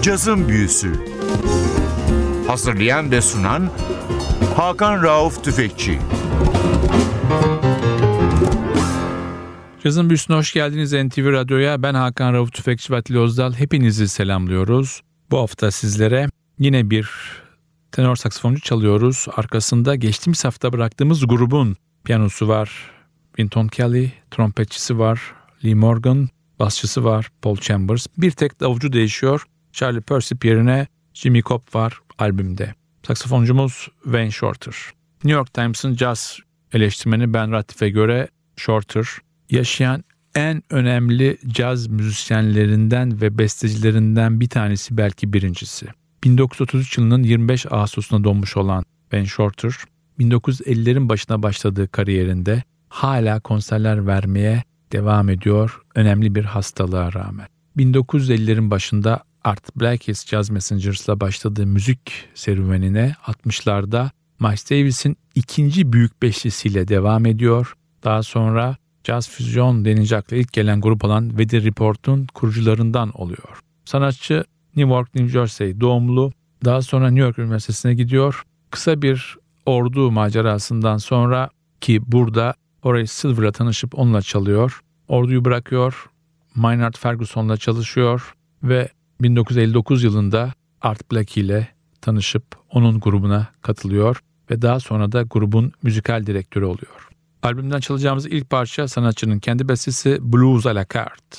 Cazın Büyüsü. Hazırlayan ve sunan Hakan Rauf Tüfekçi. Cazın Büyüsü'ne hoş geldiniz NTV Radyo'ya. Ben Hakan Rauf Tüfekçi ve Atilla Özdal. Hepinizi selamlıyoruz. Bu hafta sizlere yine bir tenor saksafoncu çalıyoruz. Arkasında geçtiğimiz hafta bıraktığımız grubun piyanosu var. Wynton Kelly, trompetçisi var. Lee Morgan, basçısı var. Paul Chambers. Bir tek davulcu değişiyor. Charlie Persip yerine Jimmy Cobb var albümde. Saksafoncumuz Wayne Shorter. New York Times'ın caz eleştirmeni Ben Ratliff'e göre Shorter, yaşayan en önemli caz müzisyenlerinden ve bestecilerinden bir tanesi, belki birincisi. 1933 yılının 25 Ağustos'una doğmuş olan Ben Shorter, 1950'lerin başına başladığı kariyerinde hala konserler vermeye devam ediyor, önemli bir hastalığa rağmen. 1950'lerin başında Art Blakey's Jazz Messengers'la başladığı müzik serüvenine 60'larda Miles Davis'in ikinci büyük beşlisiyle devam ediyor. Daha sonra Jazz Fusion denilince akla ilk gelen grup olan Weather Report'un kurucularından oluyor. Sanatçı New York, New Jersey doğumlu. Daha sonra New York Üniversitesi'ne gidiyor. Kısa bir ordu macerasından sonra, ki burada Horace Silver'la tanışıp onunla çalıyor. Orduyu bırakıyor. Maynard Ferguson'la çalışıyor ve 1959 yılında Art Blakey ile tanışıp onun grubuna katılıyor ve daha sonra da grubun müzikal direktörü oluyor. Albümden çalacağımız ilk parça sanatçının kendi bestesi Blues à la carte.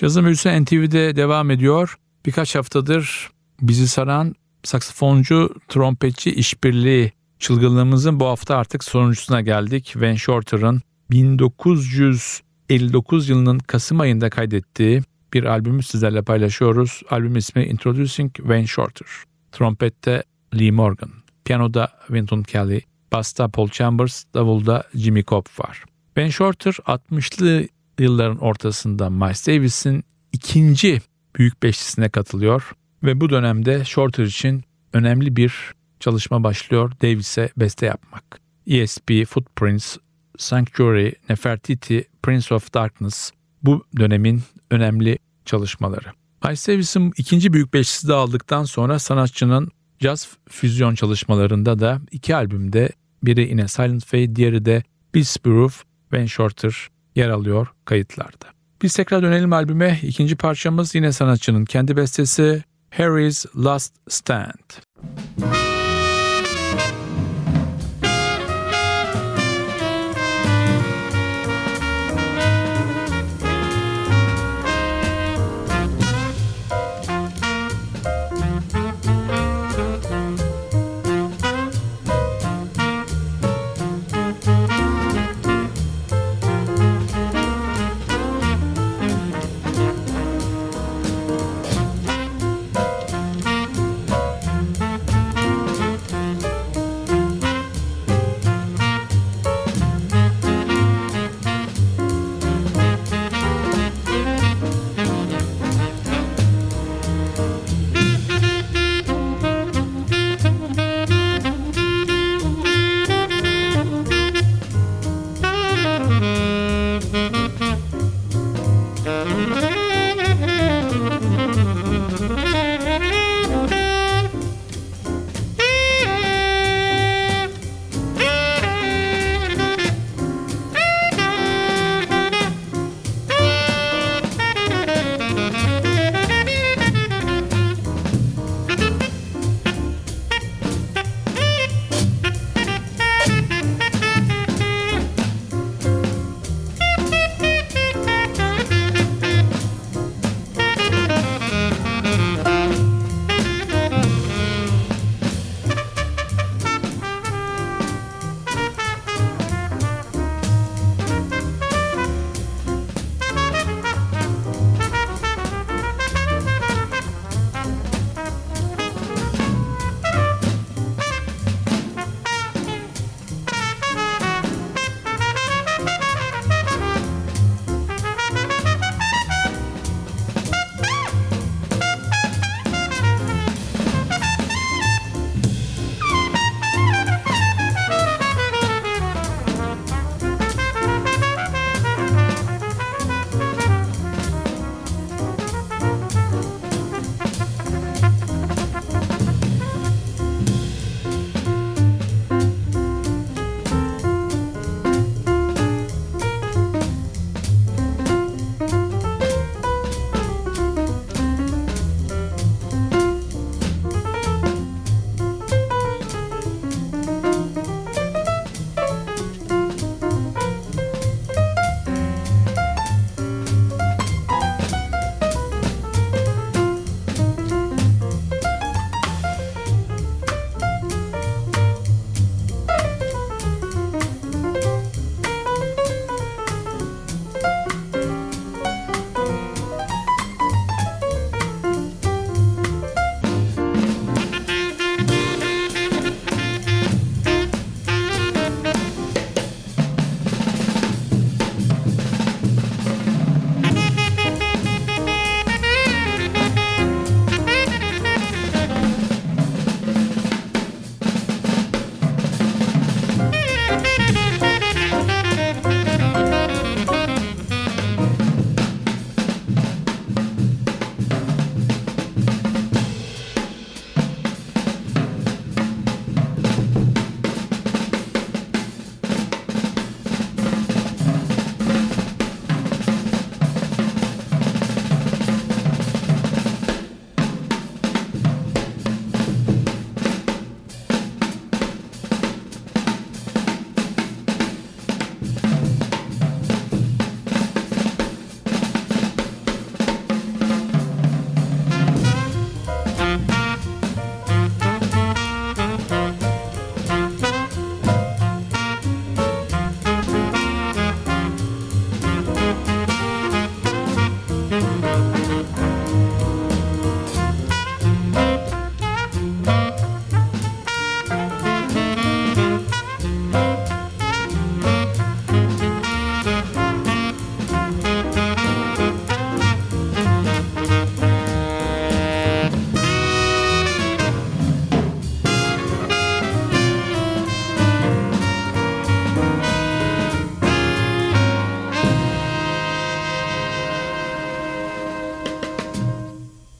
Cazın Büyüsü NTV'de devam ediyor. Birkaç haftadır bizi saran saksafoncu, trompetçi işbirliği çılgınlığımızın bu hafta artık sonuncusuna geldik. Wayne Shorter'ın 1959 yılının Kasım ayında kaydettiği bir albümü sizlerle paylaşıyoruz. Albüm ismi Introducing Wayne Shorter. Trompette Lee Morgan, piyanoda Wynton Kelly, basta Paul Chambers, davulda Jimmy Cobb var. Wayne Shorter 60'lı yılların ortasında Miles Davis'in ikinci büyük beşlisine katılıyor ve bu dönemde Shorter için önemli bir çalışma başlıyor, Davis'e beste yapmak. ESP, Footprints, Sanctuary, Nefertiti, Prince of Darkness bu dönemin önemli çalışmaları. Miles Davis'in ikinci büyük beşlisi de aldıktan sonra sanatçının caz füzyon çalışmalarında da iki albümde, biri yine Silent Fade, diğeri de Beast Groove, Wayne Shorter yer alıyor kayıtlarda. Biz tekrar dönelim albüme. İkinci parçamız yine sanatçının kendi bestesi Harry's Last Stand.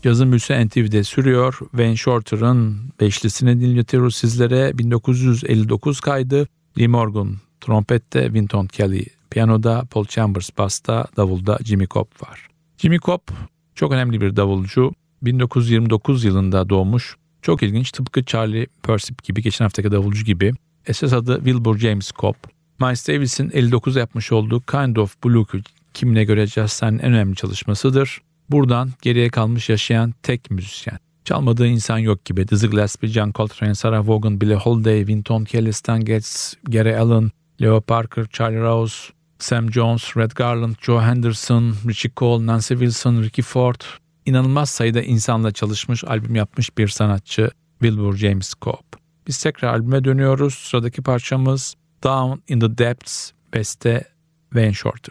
Cazın büyüsü NTV'de sürüyor. Wayne Shorter'ın beşlisini dinletiyoruz sizlere. 1959 kaydı. Lee Morgan trompette, Wynton Kelly piyanoda, Paul Chambers basta, davulda Jimmy Cobb var. Jimmy Cobb çok önemli bir davulcu. 1929 yılında doğmuş. Çok ilginç, tıpkı Charlie Persip gibi, geçen haftaki davulcu gibi. Esas adı Wilbur James Cobb. Miles Davis'in 59'da yapmış olduğu Kind of Blues'u kimine göre jazz'ın en önemli çalışmasıdır. Buradan geriye kalmış yaşayan tek müzisyen. Çalmadığı insan yok gibi. Dizzy Gillespie, John Coltrane, Sarah Vaughan, Billie Holiday, Wynton Kelly, Stan Getz, Gary Allen, Leo Parker, Charlie Rouse, Sam Jones, Red Garland, Joe Henderson, Richie Cole, Nancy Wilson, Ricky Ford. İnanılmaz sayıda insanla çalışmış, albüm yapmış bir sanatçı Wilbur James Cobb. Biz tekrar albüme dönüyoruz. Sıradaki parçamız Down in the Depths, beste Wayne Shorter.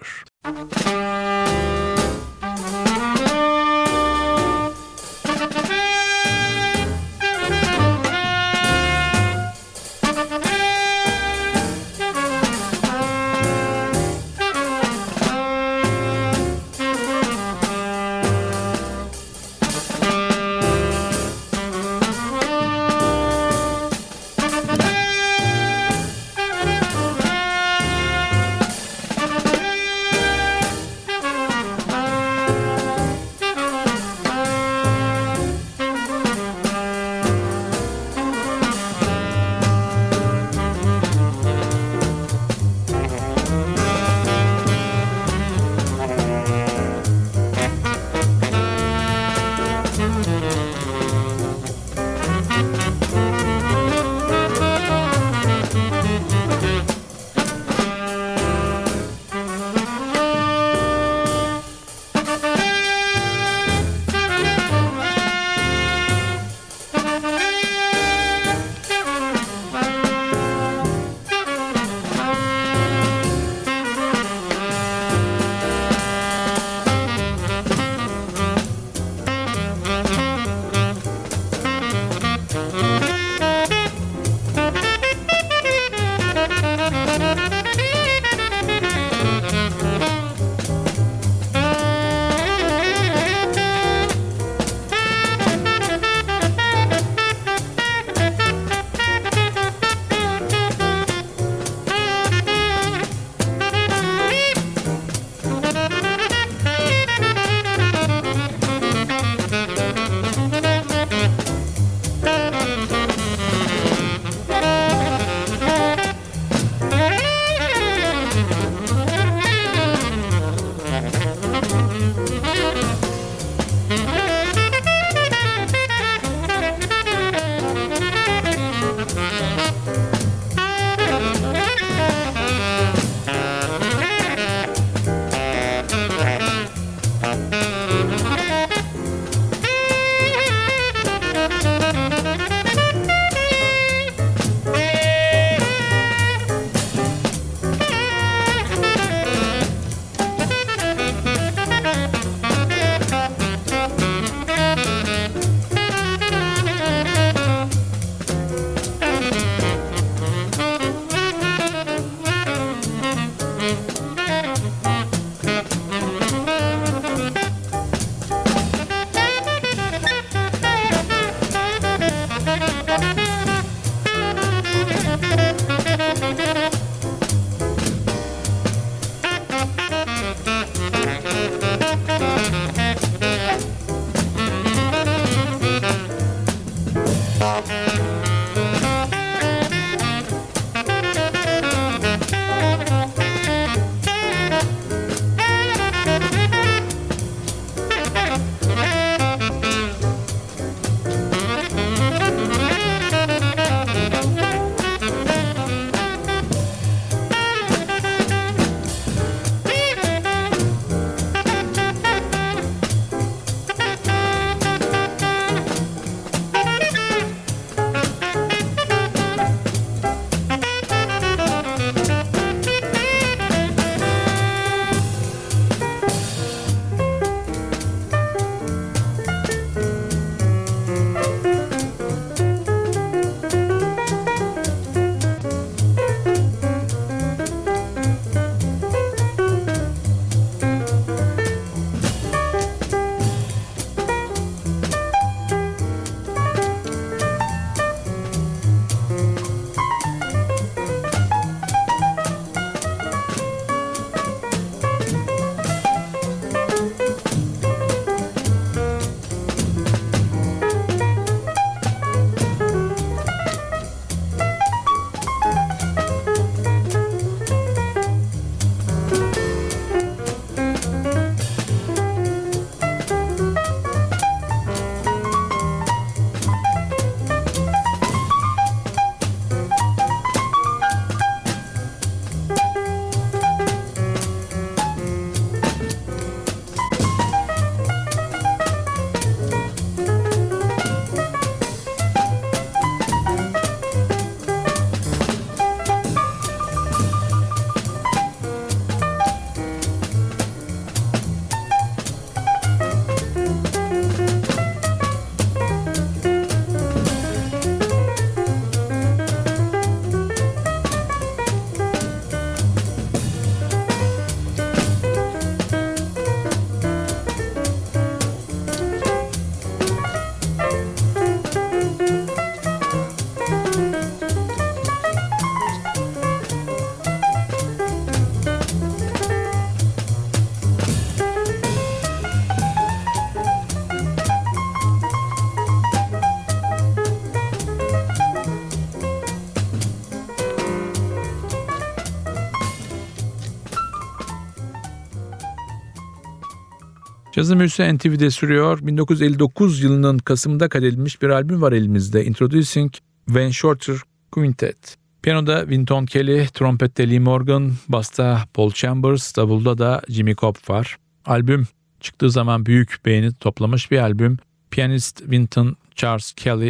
Cazın Büyüsü NTV'de sürüyor. 1959 yılının Kasım'da kaydedilmiş bir albüm var elimizde. Introducing Wayne Shorter Quintet. Piyanoda Wynton Kelly, trompette Lee Morgan, basta Paul Chambers, davulda da Jimmy Cobb var. Albüm çıktığı zaman büyük beğeni toplamış bir albüm. Piyanist Wynton Charles Kelly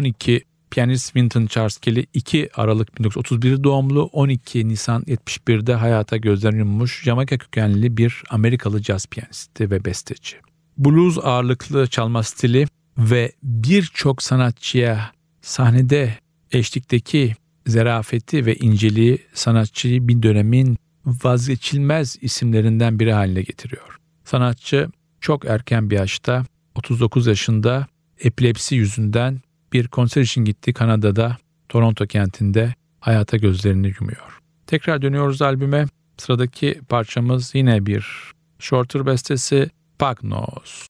2 Aralık 1931 doğumlu, 12 Nisan 71'de hayata gözlerini yummuş Jamaika kökenli bir Amerikalı caz piyanisti ve besteci. Blues ağırlıklı çalma stili ve birçok sanatçıya sahnede eşlikteki zarafeti ve inceliği sanatçıyı bir dönemin vazgeçilmez isimlerinden biri haline getiriyor. Sanatçı çok erken bir yaşta, 39 yaşında epilepsi yüzünden bir konser için gitti Kanada'da, Toronto kentinde hayata gözlerini yumuyor. Tekrar dönüyoruz albüme. Sıradaki parçamız yine bir Shorter bestesi, Pug Nose.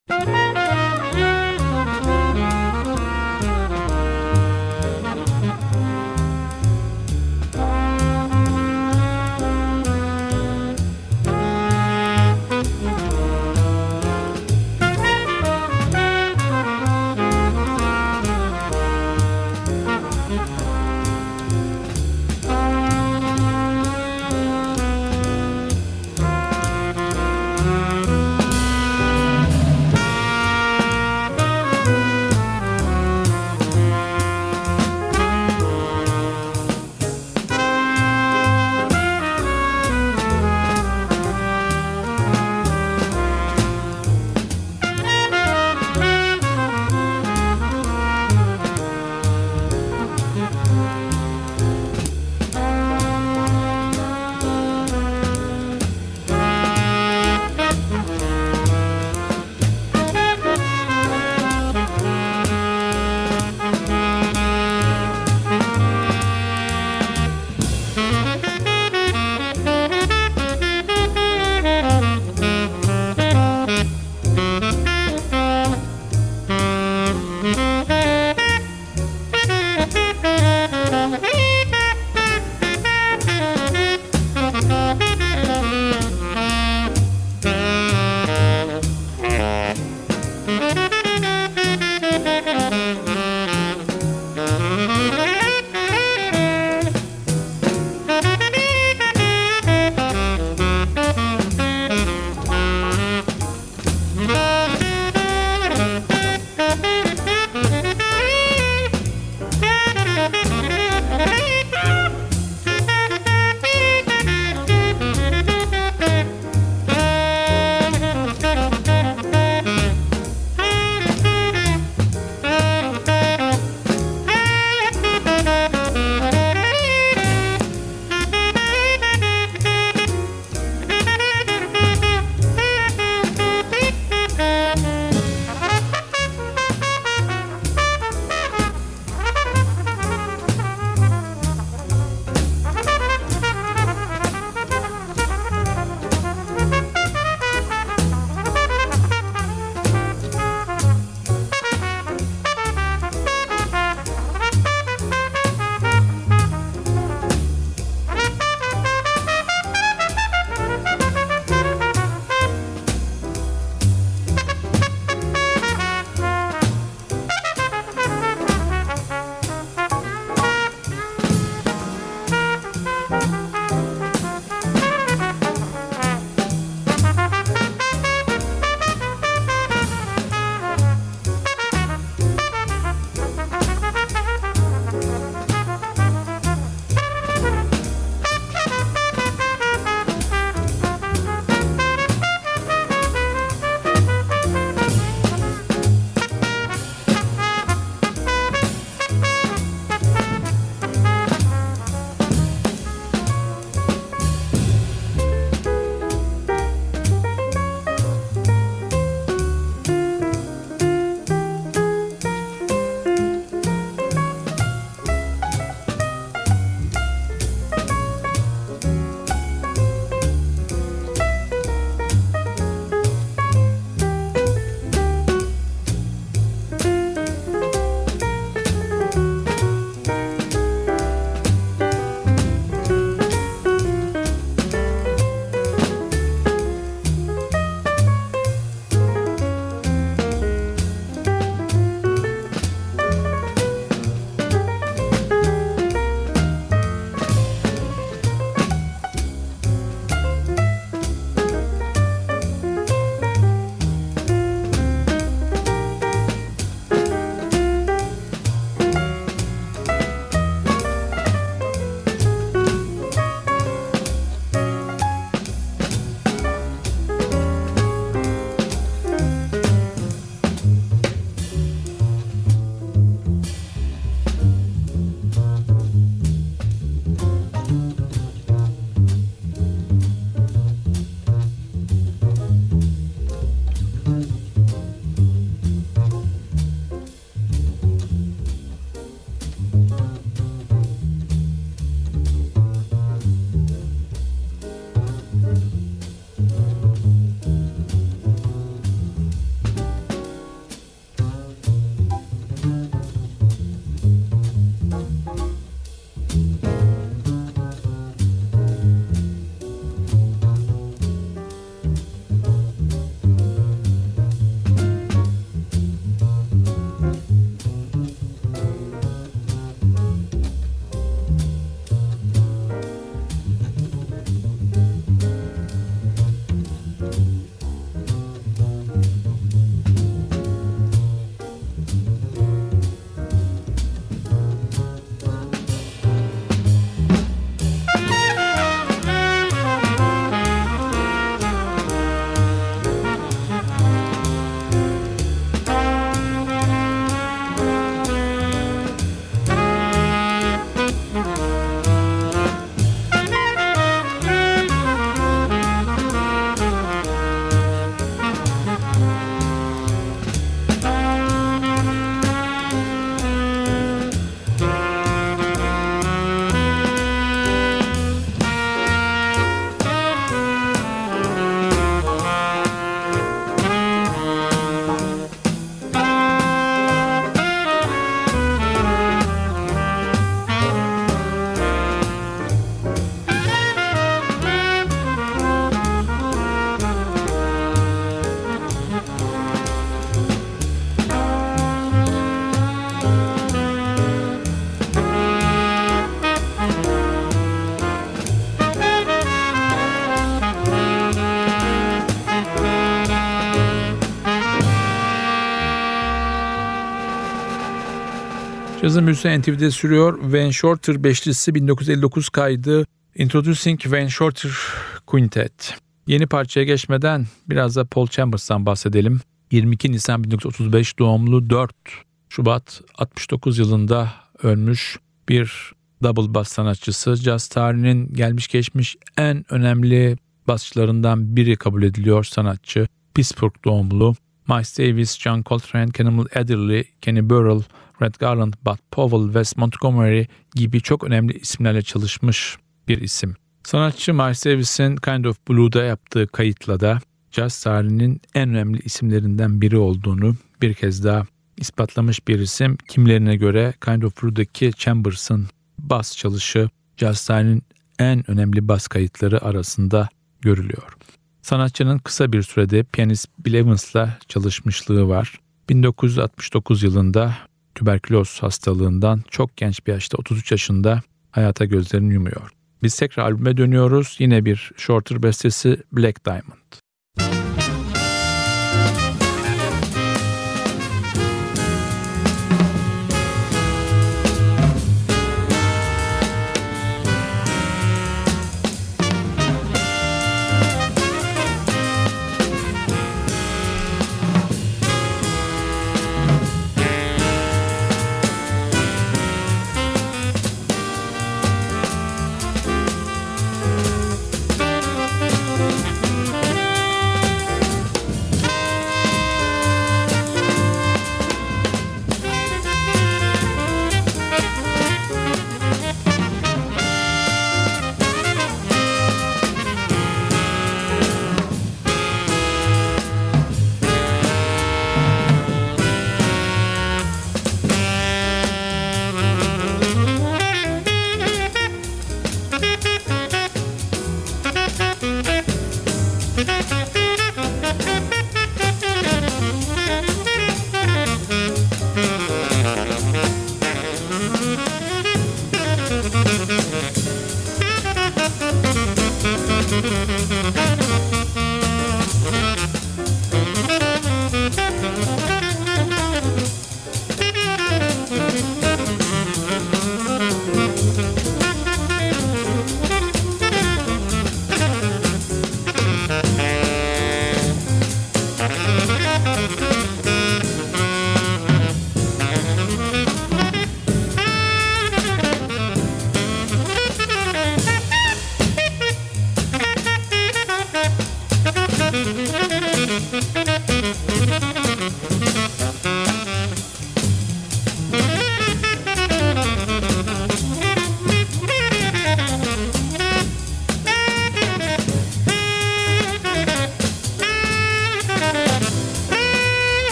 Cazın büyüsü NTV'de sürüyor. Wayne Shorter beşlisi 1959 kaydı. Introducing Wayne Shorter Quintet. Yeni parçaya geçmeden biraz da Paul Chambers'tan bahsedelim. 22 Nisan 1935 doğumlu, 4 Şubat 69 yılında ölmüş bir double bass sanatçısı. Caz tarihinin gelmiş geçmiş en önemli basçılarından biri kabul ediliyor sanatçı. Pittsburgh doğumlu. Miles Davis, John Coltrane, Cannibal Adderley, Kenny Burrell, Red Garland, Bud Powell, Wes Montgomery gibi çok önemli isimlerle çalışmış bir isim. Sanatçı Miles Davis'in Kind of Blue'da yaptığı kayıtla da caz tarihinin en önemli isimlerinden biri olduğunu bir kez daha ispatlamış bir isim. Kimilerine göre Kind of Blue'daki Chambers'ın bas çalışı caz tarihinin en önemli bas kayıtları arasında görülüyor. Sanatçının kısa bir sürede piyanist Bill Evans'la çalışmışlığı var. 1969 yılında tüberküloz hastalığından çok genç bir yaşta 33 yaşında hayata gözlerini yumuyor. Biz tekrar albüme dönüyoruz. Yine bir Shorter bestesi Black Diamond.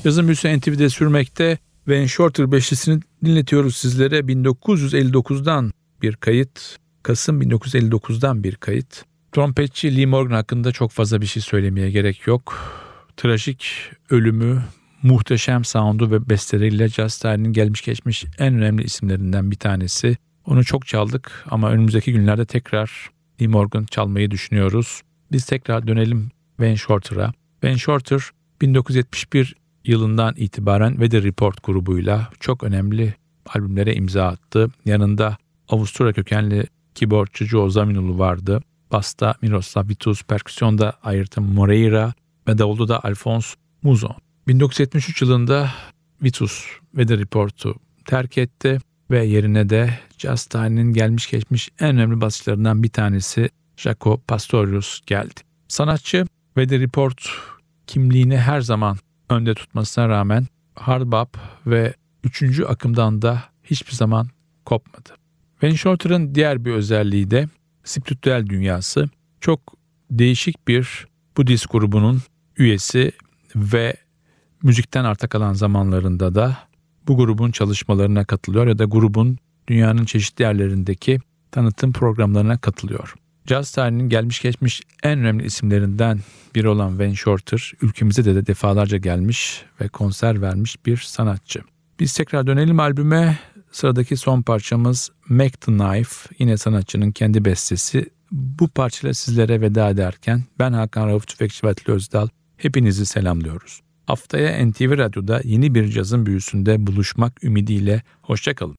Cazın büyüsü NTV'de sürmekte. Wayne Shorter beşlisini dinletiyoruz sizlere. 1959'dan bir kayıt. Kasım 1959'dan bir kayıt. Trompetçi Lee Morgan hakkında çok fazla bir şey söylemeye gerek yok. Trajik ölümü, muhteşem sound'u ve besteleriyle caz tarihinin gelmiş geçmiş en önemli isimlerinden bir tanesi. Onu çok çaldık ama önümüzdeki günlerde tekrar Lee Morgan çalmayı düşünüyoruz. Biz tekrar dönelim Wayne Shorter'a. Wayne Shorter 1971 yılından itibaren Weather Report grubuyla çok önemli albümlere imza attı. Yanında Avusturya kökenli keyboardçu Joe Zawinul vardı. Basta Miroslav Vitus, perküsyonda Ayrton Moreira ve davulda da Alphonse Mouzon. 1973 yılında Vitus Weather Report'u terk etti ve yerine de caz tarihinin gelmiş geçmiş en önemli basçılarından bir tanesi Jaco Pastorius geldi. Sanatçı Weather Report kimliğini her zaman önde tutmasına rağmen hard bop ve 3. akımdan da hiçbir zaman kopmadı. Wayne Shorter'ın diğer bir özelliği de spiritüel dünyası. Çok değişik bir Budist grubunun üyesi ve müzikten arta kalan zamanlarında da bu grubun çalışmalarına katılıyor ya da grubun dünyanın çeşitli yerlerindeki tanıtım programlarına katılıyor. Caz tarihinin gelmiş geçmiş en önemli isimlerinden biri olan Wayne Shorter, ülkemize de defalarca gelmiş ve konser vermiş bir sanatçı. Biz tekrar dönelim albüme. Sıradaki son parçamız Make the Knife, yine sanatçının kendi bestesi. Bu parçayla sizlere veda ederken ben Hakan Rauf Tüfekçi ve Atilla Özdal hepinizi selamlıyoruz. Haftaya NTV Radyo'da yeni bir cazın büyüsünde buluşmak ümidiyle hoşça kalın.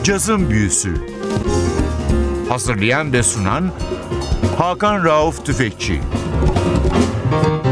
Cazın Büyüsü. Hazırlayan ve sunan Hakan Rauf Tüfekçi.